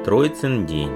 Троицын день.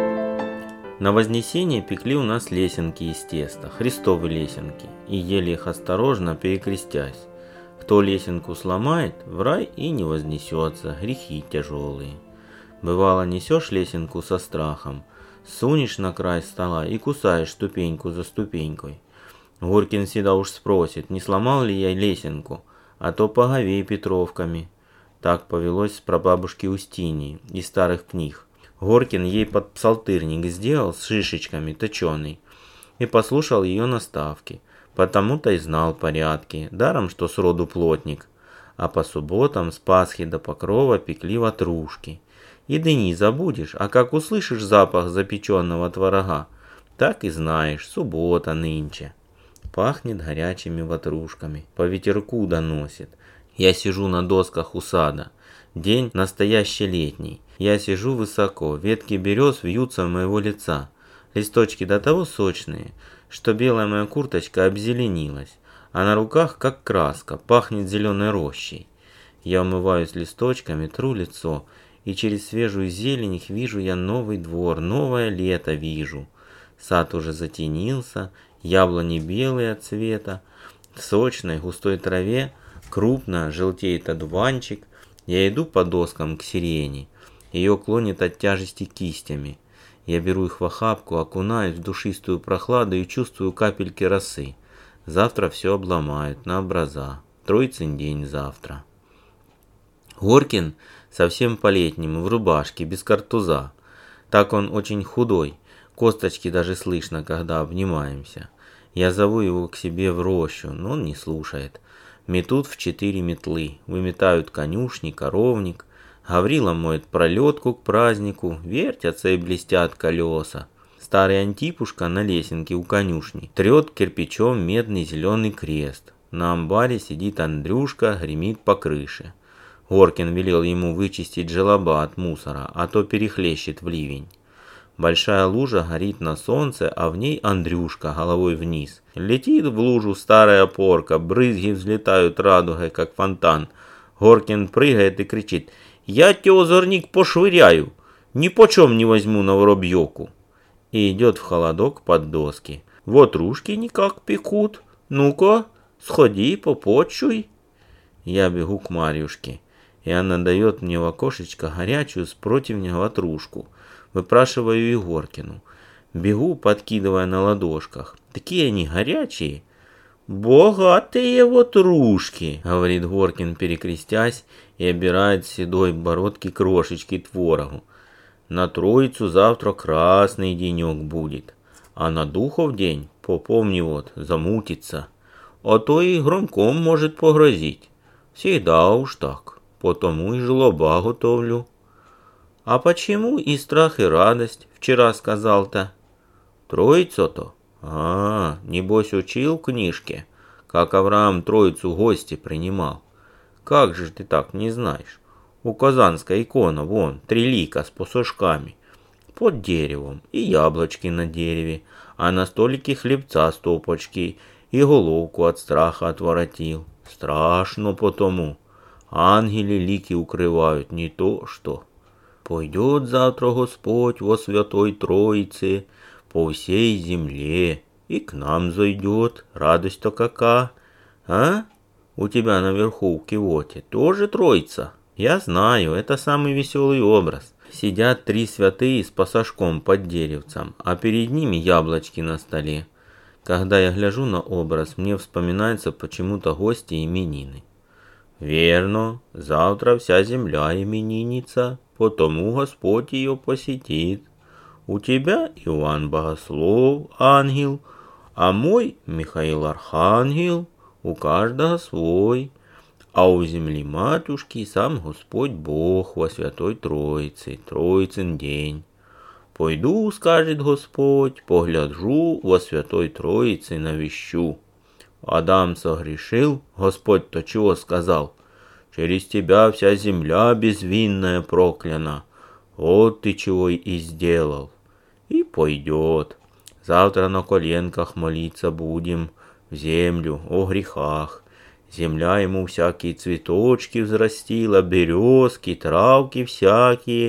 На Вознесение пекли у нас лесенки из теста, Христовы лесенки, и ели их осторожно, перекрестясь. Кто лесенку сломает, в рай и не вознесется, грехи тяжелые. Бывало, несешь лесенку со страхом, сунешь на край стола и кусаешь ступеньку за ступенькой. Горькин всегда уж спросит, не сломал ли я лесенку, а то поговей петровками. Так повелось с прабабушки Устинии из старых книг. Горькин ей под псалтырник сделал с шишечками точеный и послушал ее наставки, потому-то и знал порядки, даром что сроду плотник. А по субботам с Пасхи до Покрова пекли ватрушки. И дни забудешь, а как услышишь запах запеченного творога, так и знаешь, суббота нынче. Пахнет горячими ватрушками, по ветерку доносит. Я сижу на досках у сада. День настоящий летний. Я сижу высоко, ветки берез вьются в моего лица. Листочки до того сочные, что белая моя курточка обзеленилась, а на руках как краска, пахнет зеленой рощей. Я умываюсь листочками, тру лицо, и через свежую зелень их вижу я новый двор, новое лето вижу. Сад уже затенился, яблони белые от цвета, в сочной густой траве крупно желтеет одуванчик. Я иду по доскам к сирени. Ее клонит от тяжести кистями. Я беру их в охапку, окунаюсь в душистую прохладу и чувствую капельки росы. Завтра все обломают на образа. Троицын день завтра. Горькин совсем по-летнему, в рубашке, без картуза. Так он очень худой. Косточки даже слышно, когда обнимаемся. Я зову его к себе в рощу, но он не слушает. Метут в 4 метлы, выметают конюшни, коровник. Гаврила моет пролетку к празднику, вертятся и блестят колеса. Старый Антипушка на лесенке у конюшни трет кирпичом медный зеленый крест. На амбаре сидит Андрюшка, гремит по крыше. Горькин велел ему вычистить желоба от мусора, а то перехлещет в ливень. Большая лужа горит на солнце, а в ней Андрюшка головой вниз. Летит в лужу старая порка, брызги взлетают радугой, как фонтан. Горькин прыгает и кричит: «Я тебя, озорник, пошвыряю, ни почем не возьму на воробьёку!» И идет в холодок под доски. «Вот ружки никак пекут, ну-ка, сходи, попотчуй!» Я бегу к Марьюшке, и она дает мне в окошечко горячую с противня ватрушку. Выпрашиваю и Горькину. Бегу, подкидывая на ладошках. Такие они горячие. «Богатые ватрушки», — говорит Горькин, перекрестясь, и обирает с седой бородки крошечки творогу. «На Троицу завтра красный денек будет, а на Духов день, попомни вот, замутится, а то и громком может погрозить. Всегда уж так, потому и жлоба готовлю». «А почему и страх, и радость, вчера сказал-то?» «Троицу-то? Небось учил в книжке, как Авраам Троицу гости принимал. Как же ты так не знаешь? У Казанской икона, вон, 3 лика с посошками, под деревом, и яблочки на дереве, а на столике хлебца стопочки, и головку от страха отворотил. Страшно потому. Ангели лики укрывают, не то что. Пойдет завтра Господь во Святой Троице по всей земле и к нам зайдет. Радость-то какая, а? У тебя наверху в кивоте тоже Троица? Я знаю, это самый веселый образ. Сидят 3 святые с пасашком под деревцем, а перед ними яблочки на столе. Когда я гляжу на образ, мне вспоминаются почему-то гости и именины. Верно, завтра вся земля именинница, потому Господь ее посетит. У тебя Иоанн Богослов, ангел, а мой Михаил Архангел, у каждого свой. А у земли матушки сам Господь Бог во Святой Троице, Троицын день. Пойду, скажет Господь, погляджу во Святой Троице навещу. Адам согрешил, Господь-то чего сказал? Через тебя вся земля безвинная прокляна. Вот ты чего и сделал. И пойдет. Завтра на коленках молиться будем в землю о грехах. Земля ему всякие цветочки взрастила, березки, травки всякие.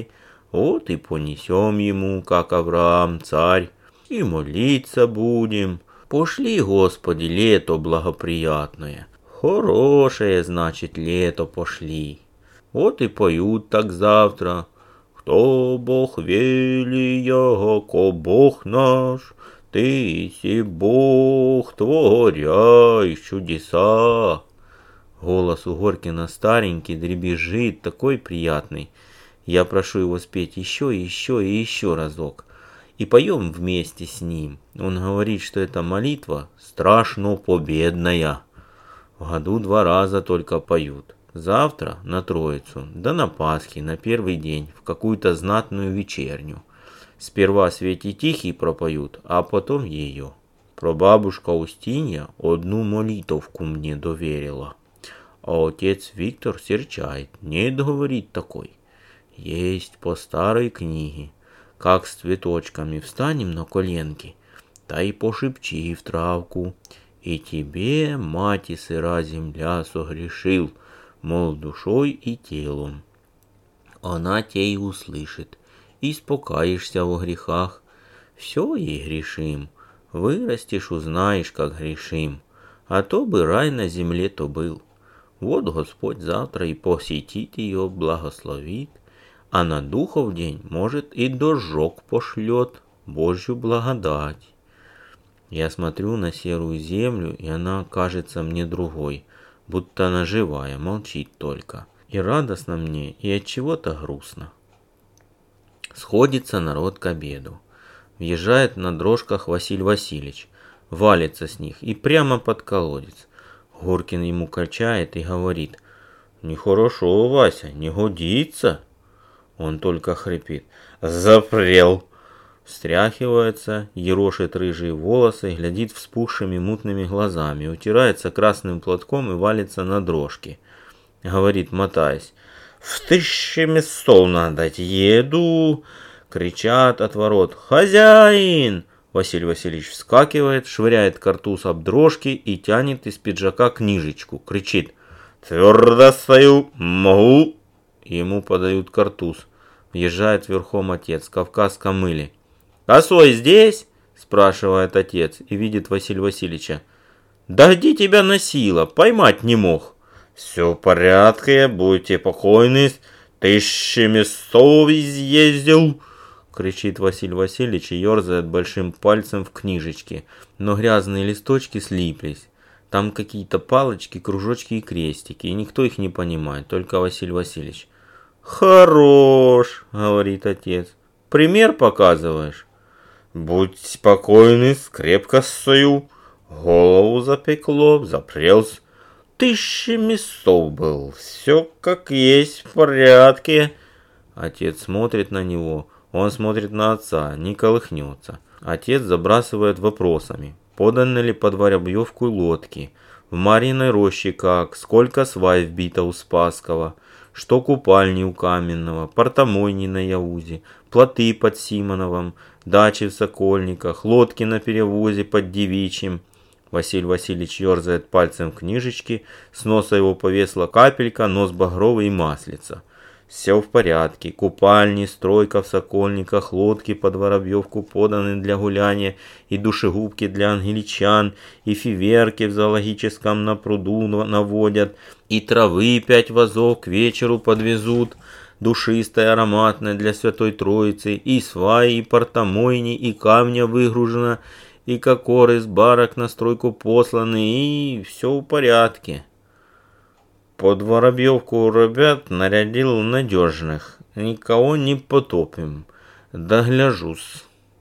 Вот и понесем ему, как Авраам, царь, и молиться будем. Пошли, Господи, лето благоприятное. Хорошее, значит, лето пошли. Вот и поют так завтра. Кто Бог вели, яко Бог наш, ты си Бог, творяй чудеса. Голос у Горкина старенький, дребезжит, такой приятный. Я прошу его спеть еще, еще и еще разок. И поем вместе с ним. Он говорит, что эта молитва страшно победная. В году 2 раза только поют. Завтра на Троицу, да на Пасхи, на первый день, в какую-то знатную вечерню. Сперва Свете Тихий пропоют, а потом ее. Прабабушка Устинья одну молитовку мне доверила. А отец Виктор серчает, нет, говорит такой. Есть по старой книге. Как с цветочками встанем на коленки, та и пошепчи в травку. И тебе, мати сыра земля, согрешил, мол, душой и телом. Она те и услышит, и спокаешься во грехах. Все ей грешим, вырастешь, узнаешь, как грешим, а то бы рай на земле то был. Вот Господь завтра и посетит ее, благословит, а на Духов день, может, и дожог пошлет, Божью благодать. Я смотрю на серую землю, и она кажется мне другой, будто она живая, молчит только. И радостно мне, и от чего-то грустно. Сходится народ к обеду. Въезжает на дрожках Василий Васильевич, валится с них и прямо под колодец. Горкин ему качает и говорит: «Нехорошо, Вася, не годится». Он только хрипит: «Запрел!» Встряхивается, ерошит рыжие волосы, глядит вспухшими мутными глазами, утирается красным платком и валится на дрожки. Говорит, мотаясь: «В 1000 местов надо, еду!» Кричат от ворот: «Хозяин!» Василий Васильевич вскакивает, швыряет картуз об дрожки и тянет из пиджака книжечку. Кричит: «Твердо стою, могу!» Ему подают картуз. Въезжает верхом отец в кавказском мыле. «Косой здесь?» – спрашивает отец и видит Василия Васильевича. «Да где тебя носило? Поймать не мог». «Все в порядке, будьте покойны, 1000 местов изъездил», – кричит Василий Васильевич и ерзает большим пальцем в книжечке, но грязные листочки слиплись. Там какие-то палочки, кружочки и крестики, и никто их не понимает, только Василий Васильевич. «Хорош», — говорит отец. «Пример показываешь?» «Будь спокойны, крепко стою. Голову запекло, запрелся. 1000 местов был. Все как есть, в порядке». Отец смотрит на него. Он смотрит на отца, не колыхнется. Отец забрасывает вопросами. Поданы ли под Воробьевку лодки? В Марьиной роще как? Сколько свай вбито у Спасского? Что купальни у Каменного, портомойни на Яузе, плоты под Симоновым, дачи в Сокольниках, лодки на перевозе под Девичьим. Василий Васильевич ерзает пальцем в книжечке, с носа его повесла капелька, нос багровый и маслица. Все в порядке, купальни, стройка в Сокольниках, лодки под Воробьевку поданы для гуляния, и душегубки для англичан, и фейерверки в зоологическом на пруду наводят, и травы 5 вазов к вечеру подвезут, душистая, ароматная для Святой Троицы, и сваи, и портомойни, и камня выгружено, и кокоры с барок на стройку посланы, и все в порядке. Под Воробьевку ребят нарядил надежных, никого не потопим, догляжусь.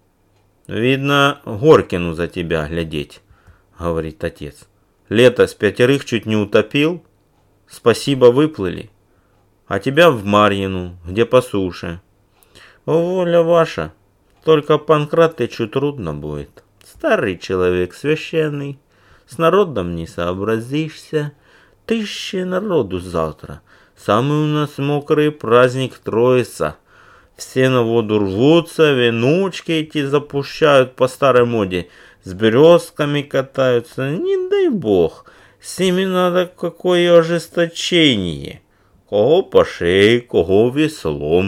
Видно, Горкину за тебя глядеть, говорит отец. Лето с 5 чуть не утопил, спасибо, выплыли, а тебя в Марьину, где по суше. Воля ваша, только Панкратычу трудно будет. Старый человек священный, с народом не сообразишься. 1000 народу завтра. Самый у нас мокрый праздник Троица. Все на воду рвутся, веночки эти запущают по старой моде. С березками катаются. Не дай бог. С ними надо какое ожесточение. Кого по шее, кого веслом.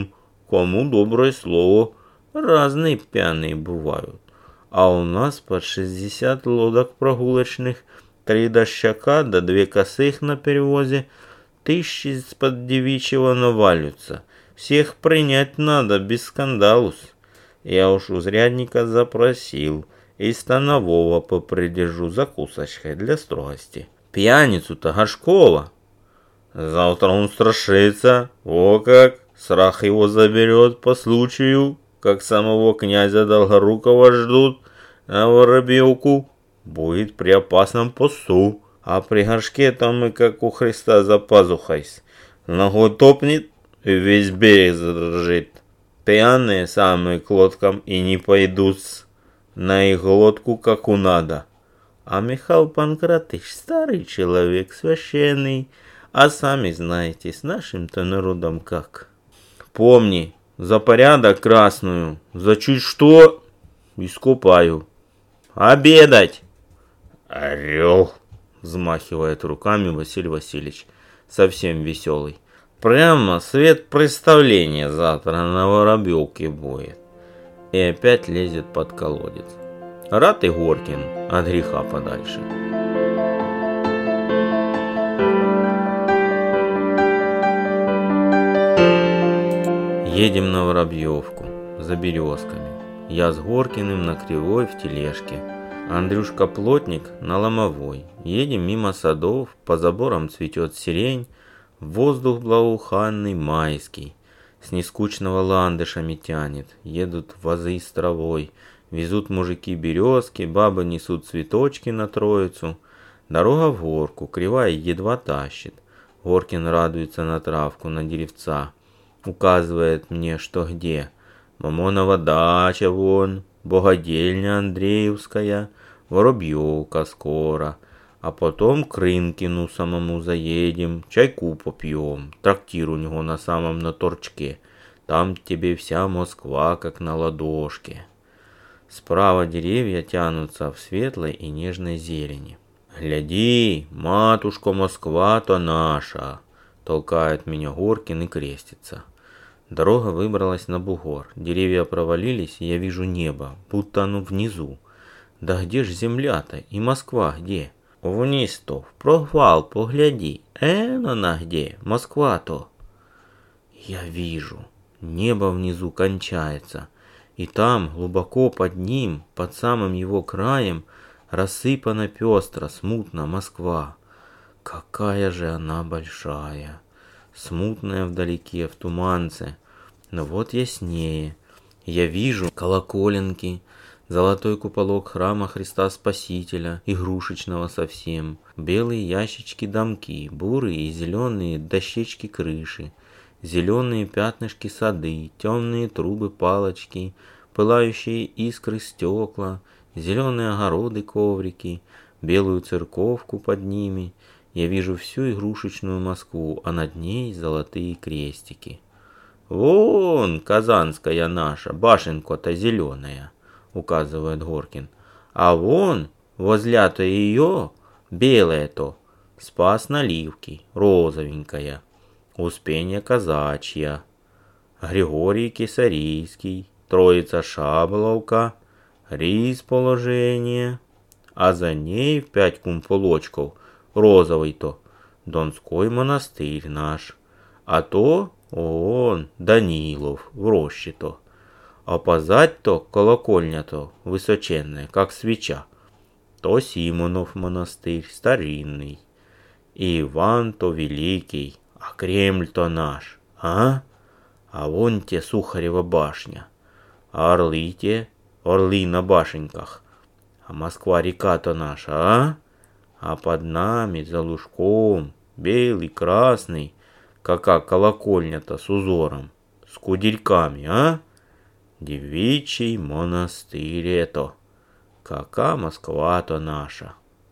кому доброе слово. Разные пьяные бывают. А у нас под 60 лодок прогулочных, 3 дощака да 2 косых на перевозе, тысячи из-под девичьего навалятся. Всех принять надо без скандалус. Я уж узрядника запросил, и станового попридержу закусочкой для строгости. Пьяницу-то Горшкова. Завтра он страшится, о как, страх его заберет по случаю, как самого князя Долгорукова ждут на Воробьевку, будет при опасном посту. А при Горшке там и как у Христа за пазухой. Ногой топнет и весь берег задрожит. Пьяные самые к лодкам и не пойдут на их лодку, как у надо. А Михаил Панкратыч старый человек, священный, а сами знаете, с нашим-то народом как. Помни, за порядок красную, за чуть что искупаю. Обедать! Орел! Взмахивает руками Василий Васильевич, совсем веселый. Прямо свет представления завтра на Воробьевке будет. И опять лезет под колодец. Рад и Горкин от греха подальше. Едем на Воробьевку за березками. Я с Горкиным на Кривой в тележке. Андрюшка Плотник на Ломовой. Едем мимо садов, по заборам цветет сирень, воздух благоуханный майский. С нескучного ландышами тянет, едут вазы с травой, везут мужики березки, бабы несут цветочки на Троицу. Дорога в горку, Кривая едва тащит. Горкин радуется на травку, на деревца. Указывает мне, что где. Мамонова дача вон, богадельня Андреевская, Воробьевка скоро. А потом к Рынкину самому заедем, чайку попьем, трактир у него на самом на торчке. Там тебе вся Москва, как на ладошке. Справа деревья тянутся в светлой и нежной зелени. «Гляди, матушка Москва-то наша!» Толкает меня Горкин и крестится. Дорога выбралась на бугор. Деревья провалились, и я вижу небо, будто оно внизу. Да где ж земля-то? И Москва где? Вниз-то, в провал погляди. Она где? Москва-то. Я вижу. Небо внизу кончается. И там, глубоко под ним, под самым его краем, рассыпана пестро, смутно Москва. Какая же она большая. Смутная вдалеке, в туманце, но вот яснее. Я вижу колоколенки, золотой куполок храма Христа Спасителя, игрушечного совсем, белые ящички-домки, бурые и зеленые дощечки крыши, зеленые пятнышки сады, темные трубы-палочки, пылающие искры стекла, зеленые огороды-коврики, белую церковку под ними. Я вижу всю игрушечную Москву, а над ней золотые крестики. «Вон, Казанская наша, башенка-то зеленая», — указывает Горкин. «А вон, возле-то ее, белая-то, Спас Наливки, розовенькая, Успенья казачья, Григорий Кесарийский, Троица Шабловка, Рис положение, а за ней в 5 кумполочков розовый-то Донской монастырь наш, а то он Данилов в роще-то, а позать-то колокольня-то высоченная, как свеча, то Симонов монастырь старинный, и Иван-то великий, а Кремль-то наш, а? А вон те Сухарева башня, а орлы те, орлы на башенках, а Москва-река-то наша, а? А под нами, за лужком, белый, красный, кака колокольня-то с узором, с кудельками, а? Девичий монастырь это, кака Москва-то наша.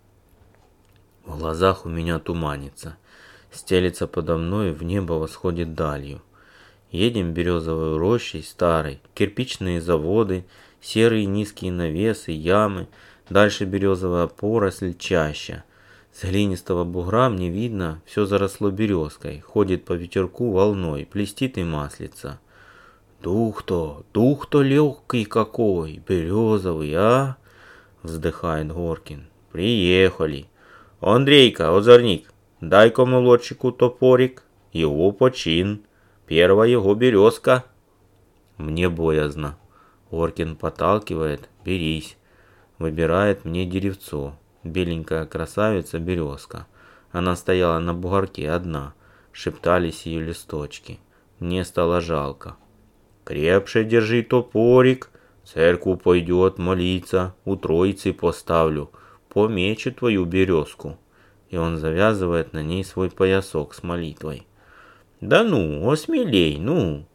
В глазах у меня туманится, стелется подо мной, в небо восходит далью. Едем березовой рощей старой, кирпичные заводы, серые низкие навесы, ямы, дальше березовая поросль, чаща. С глинистого бугра мне видно, все заросло березкой, ходит по ветерку волной, плестит и маслица. дух-то легкий какой, березовый, а? Вздыхает Горкин. Приехали. Андрейка, озорник, дай-ка молодчику топорик, его почин, первая его березка. Мне боязно. Горкин подталкивает, берись. Выбирает мне деревцо. Беленькая красавица березка. Она стояла на бугорке одна. Шептались ее листочки. Мне стало жалко. Крепше держи топорик. Церкву пойдет молиться. У Троицы поставлю. Помечу твою березку. И он завязывает на ней свой поясок с молитвой. Да ну, осмелей, ну.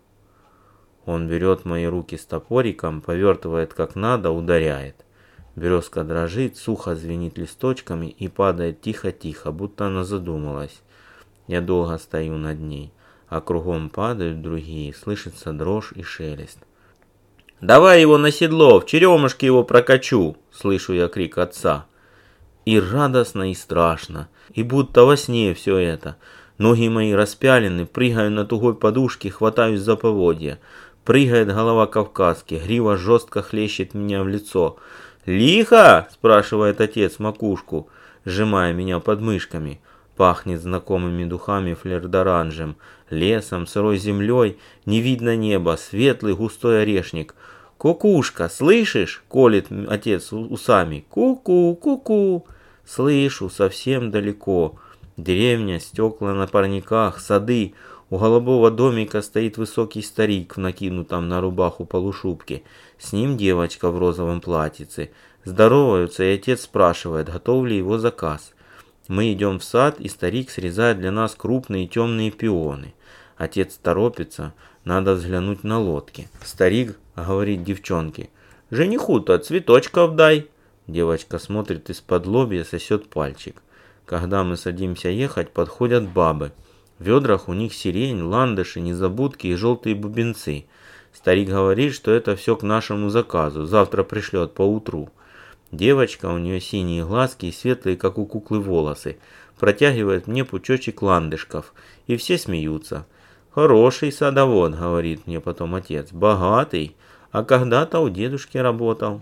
Он берет мои руки с топориком, повертывает как надо, ударяет. Березка дрожит, сухо звенит листочками и падает тихо-тихо, будто она задумалась. Я долго стою над ней, а кругом падают другие, слышится дрожь и шелест. «Давай его на седло, в черемушки его прокачу!» — слышу я крик отца. И радостно, и страшно, и будто во сне все это. Ноги мои распялены, прыгаю на тугой подушке, хватаюсь за поводья. Прыгает голова Кавказки, грива жестко хлещет меня в лицо. «Лихо?» – спрашивает отец макушку, сжимая меня под мышками. Пахнет знакомыми духами флердоранжем, лесом, сырой землей, не видно неба, светлый густой орешник. «Кукушка, слышишь?» – колет отец усами. «Ку-ку, ку-ку!» Слышу, совсем далеко. Деревня, стекла на парниках, сады. У голубого домика стоит высокий старик в накинутом на рубаху полушубке. С ним девочка в розовом платьице. Здороваются, и отец спрашивает, готов ли его заказ. Мы идем в сад, и старик срезает для нас крупные темные пионы. Отец торопится, надо взглянуть на лодки. Старик говорит девчонке, «Жениху-то цветочков дай». Девочка смотрит из-под лобья, сосет пальчик. Когда мы садимся ехать, подходят бабы. В ведрах у них сирень, ландыши, незабудки и желтые бубенцы. Старик говорит, что это все к нашему заказу, завтра пришлет поутру. Девочка, у нее синие глазки и светлые, как у куклы, волосы, протягивает мне пучочек ландышков, и все смеются. «Хороший садовод», — говорит мне потом отец, — «богатый, а когда-то у дедушки работал».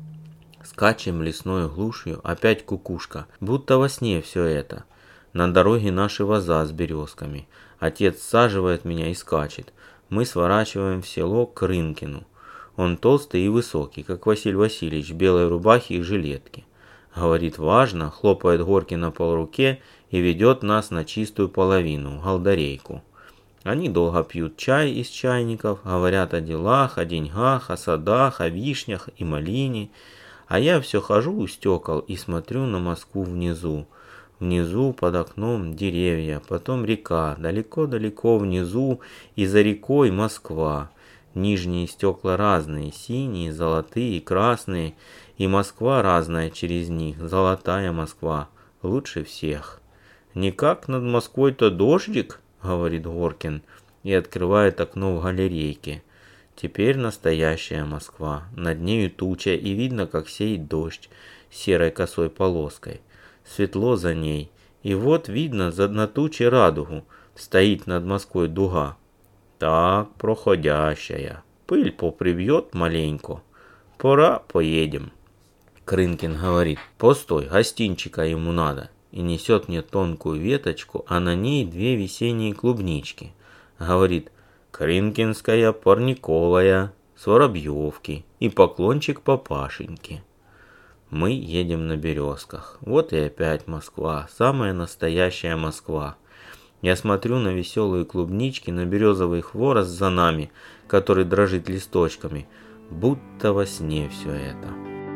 Скачем лесной глушью, опять кукушка, будто во сне все это. На дороге наши ваза с березками. Отец саживает меня и скачет. Мы сворачиваем в село к Рынкину. Он толстый и высокий, как Василий Васильевич, в белой рубахе и жилетке. Говорит важно, хлопает Горкина по руке и ведет нас на чистую половину, голдарейку. Они долго пьют чай из чайников, говорят о делах, о деньгах, о садах, о вишнях и малине. А я все хожу у стекол и смотрю на Москву внизу. Внизу под окном деревья, потом река, далеко-далеко внизу, и за рекой Москва. Нижние стекла разные, синие, золотые, красные, и Москва разная через них, золотая Москва, лучше всех. «Никак над Москвой-то дождик», — говорит Горкин, и открывает окно в галерейке. Теперь настоящая Москва, над нею туча, и видно, как сеет дождь серой косой полоской. Светло за ней, и вот видно на туче радугу, стоит над Москвой дуга. Так, проходящая, пыль поприбьет маленько, пора поедем. Крынкин говорит, постой, гостинчика ему надо, и несет мне тонкую веточку, а на ней 2 весенние клубнички. Говорит, Крынкинская парниковая, с Воробьевки и поклончик папашеньке. Мы едем на березках. Вот и опять Москва, самая настоящая Москва. Я смотрю на веселые клубнички, на березовый хворост за нами, который дрожит листочками, будто во сне все это.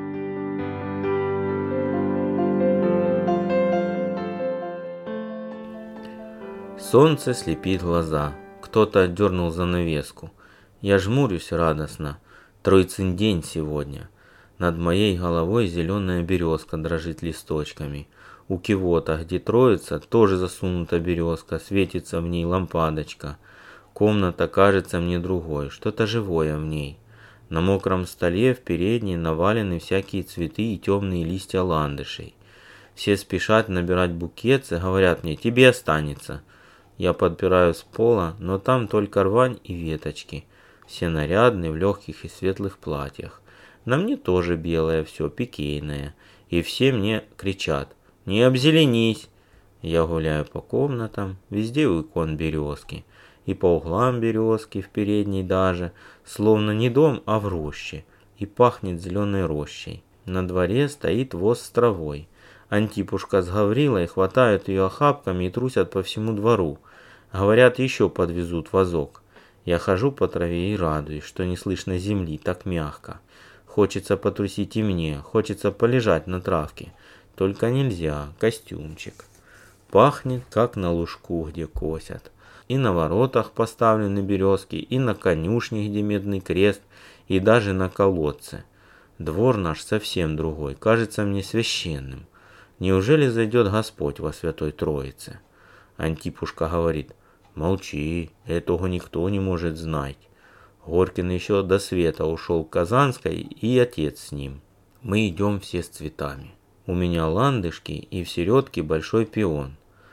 Солнце слепит глаза. Кто-то отдернул занавеску. Я жмурюсь радостно. Троицын день сегодня. Над моей головой зеленая березка дрожит листочками. У кивота, где Троица, тоже засунута березка, светится в ней лампадочка. Комната кажется мне другой, что-то живое в ней. На мокром столе в передней навалены всякие цветы и темные листья ландышей. Все спешат набирать букет и говорят мне, тебе останется. Я подбираю с пола, но там только рвань и веточки. Все нарядные, в легких и светлых платьях. На мне тоже белое все, пикейное. И все мне кричат: «Не обзеленись!» Я гуляю по комнатам, везде у икон березки. И по углам березки, в передней даже, словно не дом, а в роще. И пахнет зеленой рощей. На дворе стоит воз с травой. Антипушка с Гаврилой хватают ее охапками и трусят по всему двору. Говорят, еще подвезут возок. Я хожу по траве и радуюсь, что не слышно земли, так мягко. Хочется потрусить и мне, хочется полежать на травке. Только нельзя, костюмчик. Пахнет, как на лужку, где косят. И на воротах поставлены березки, и на конюшне, где медный крест, и даже на колодце. Двор наш совсем другой, кажется мне священным. Неужели зайдет Господь во Святой Троице? Антипушка говорит: молчи, этого никто не может знать. Горькин еще до света ушел к Казанской, и отец с ним. Мы идем все с цветами. У меня ландышки и в середке большой пион.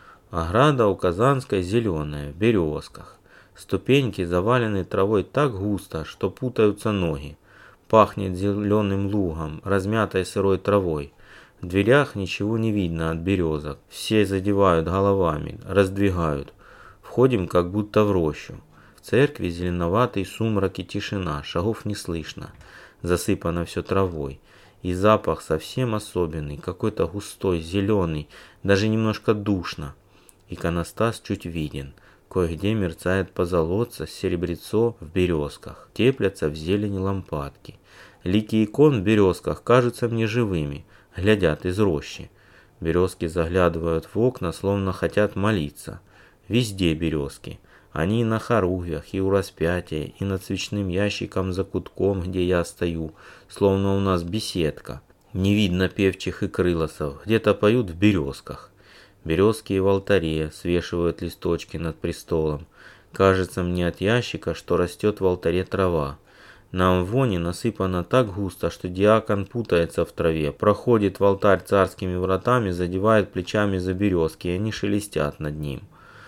Ограда у Казанской зеленая, в березках. Ступеньки завалены травой так густо, что путаются ноги. Пахнет зеленым лугом, размятой сырой травой. В дверях ничего не видно от березок. Все задевают головами, раздвигают. Входим как будто в рощу. В церкви зеленоватый сумрак и тишина, шагов не слышно. Засыпано все травой. И запах совсем особенный, какой-то густой, зеленый, даже немножко душно. Иконостас чуть виден. Кое-где мерцает позолотца, серебрецо в березках. Теплятся в зелени лампадки. Лики икон в березках кажутся мне живыми, глядят из рощи. Березки заглядывают в окна, словно хотят молиться. Везде березки. Они и на хоругвях, и у распятия, и над свечным ящиком за кутком, где я стою, словно у нас беседка. Не видно певчих и крылосов, где-то поют в березках. Березки и в алтаре свешивают листочки над престолом. Кажется мне от ящика, что растет в алтаре трава. На амвоне насыпано так густо, что диакон путается в траве, проходит в алтарь царскими вратами, задевает плечами за березки, и они шелестят над ним.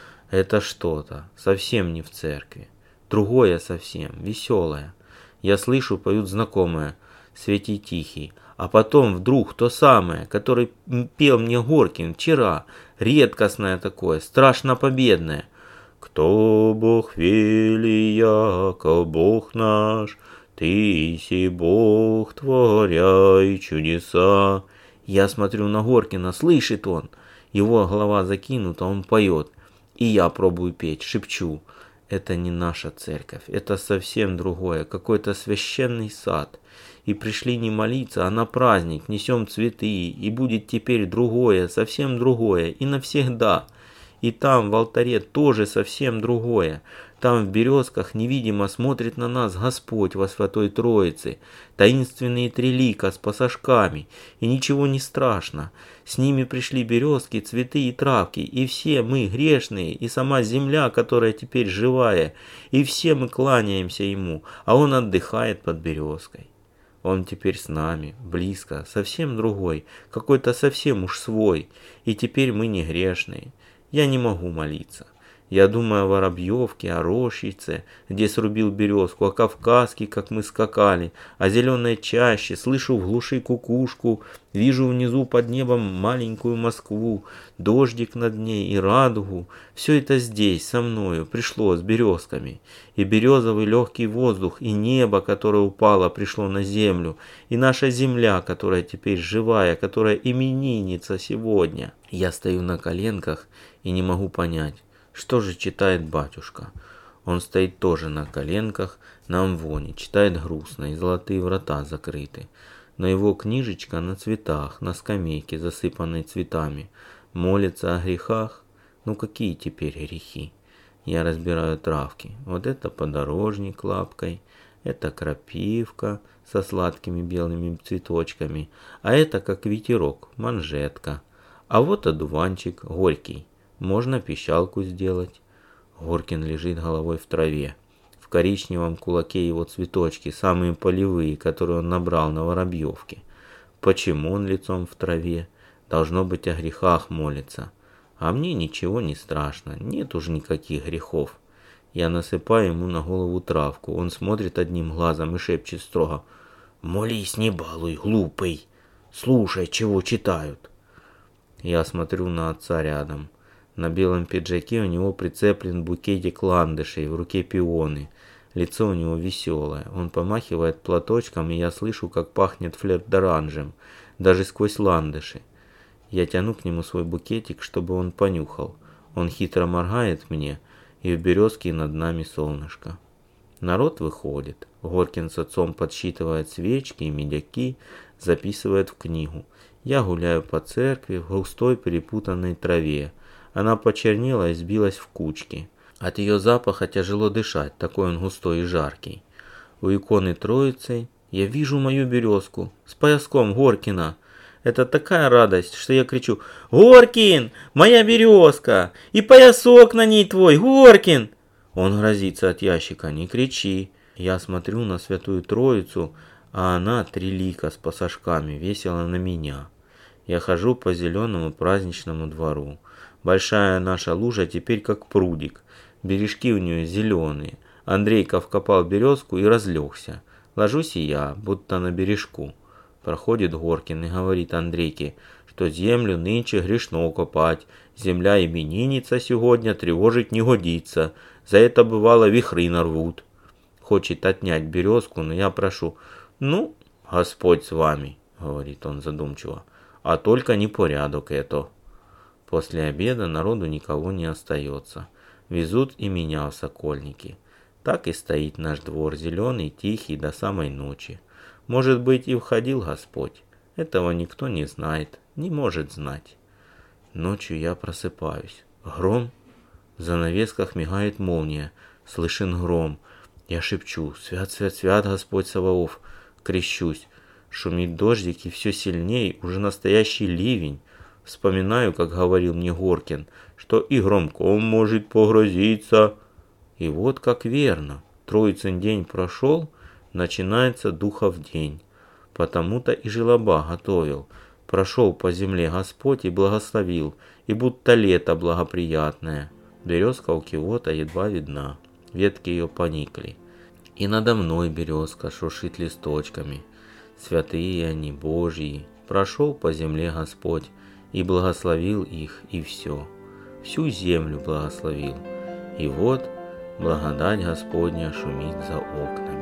Это что-то, совсем не в церкви. Другое совсем, веселое. Я слышу, поют знакомое: «Свети тихий». А потом вдруг то самое, который пел мне Горькин вчера, редкостное такое, страшно победное. «Кто Бог вели, яко Бог наш, ты си Бог, творяй чудеса». Я смотрю на Горькина, слышит он. Его голова закинута, он поет. И я пробую петь, шепчу: это не наша церковь, это совсем другое, какой-то священный сад. И пришли не молиться, а на праздник, несем цветы, и будет теперь другое, совсем другое, и навсегда. И там в алтаре тоже совсем другое. Там в березках невидимо смотрит на нас Господь во Святой Троице. Таинственные три лика с пасашками. И ничего не страшно. С ними пришли березки, цветы и травки. И все мы грешные, и сама земля, которая теперь живая. И все мы кланяемся Ему, а Он отдыхает под березкой. Он теперь с нами, близко, совсем другой, какой-то совсем уж свой. И теперь мы не грешные. Я не могу молиться. Я думаю о Воробьевке, о Рощице, где срубил березку, о Кавказке, как мы скакали, о зеленой чаще, слышу в глуши кукушку, вижу внизу под небом маленькую Москву, дождик над ней и радугу. Все это здесь, со мною, пришло с березками. И березовый легкий воздух, и небо, которое упало, пришло на землю, и наша земля, которая теперь живая, которая именинница сегодня. Я стою на коленках и не могу понять, что же читает батюшка. Он стоит тоже на коленках, на амвоне, читает грустно, и золотые врата закрыты. Но его книжечка на цветах, на скамейке, засыпанной цветами. Молится о грехах. Ну какие теперь грехи? Я разбираю травки. Вот это подорожник лапкой, это крапивка со сладкими белыми цветочками, а это как ветерок, манжетка. А вот одуванчик горький. Можно пищалку сделать. Горькин лежит головой в траве. В коричневом кулаке его цветочки, самые полевые, которые он набрал на Воробьевке. Почему он лицом в траве? Должно быть, о грехах молится. А мне ничего не страшно, нет уж никаких грехов. Я насыпаю ему на голову травку. Он смотрит одним глазом и шепчет строго: «Молись, не балуй, глупый! Слушай, чего читают!» Я смотрю на отца рядом. На белом пиджаке у него прицеплен букетик ландышей, в руке пионы. Лицо у него веселое. Он помахивает платочком, и я слышу, как пахнет флер-д'оранжем, даже сквозь ландыши. Я тяну к нему свой букетик, чтобы он понюхал. Он хитро моргает мне, и в березке над нами солнышко. Народ выходит. Горкин с отцом подсчитывает свечки и медяки, записывает в книгу. Я гуляю по церкви в густой перепутанной траве. Она почернела и сбилась в кучки. От ее запаха тяжело дышать, такой он густой и жаркий. У иконы Троицы я вижу мою березку с пояском Горкина. Это такая радость, что я кричу: «Горкин, моя березка! И поясок на ней твой, Горкин!» Он грозится от ящика: «Не кричи!» Я смотрю на Святую Троицу, а она трилика с пасашками весела на меня. Я хожу по зеленому праздничному двору. Большая наша лужа теперь как прудик. Бережки у нее зеленые. Андрейка вкопал березку и разлегся. Ложусь и я, будто на бережку. Проходит Горкин и говорит Андрейке, что землю нынче грешно копать. Земля именинница сегодня, тревожить не годится. За это бывало вихры нарвут. Хочет отнять березку, но я прошу: «Ну, Господь с вами», — говорит он задумчиво, — «а только не порядок это». После обеда народу никого не остается. Везут и меня в Сокольники. Так и стоит наш двор, зеленый, тихий, до самой ночи. Может быть, и входил Господь. Этого никто не знает, не может знать. Ночью я просыпаюсь. Гром. В занавесках мигает молния. Слышен гром. Я шепчу: «Свят, свят, свят, Господь Саваоф!» Крещусь. Шумит дождик, и все сильнее, уже настоящий ливень. Вспоминаю, как говорил мне Горкин, что и громком может погрозиться. И вот как верно. Троицын день прошел, начинается Духов день. Потому-то и желоба готовил. Прошел по земле Господь и благословил, и будто лето благоприятное. Березка у кого-то едва видна, ветки ее поникли. И надо мной березка шуршит листочками. Святые они, Божьи. Прошел по земле Господь и благословил их, и все. Всю землю благословил. И вот благодать Господня шумит за окнами.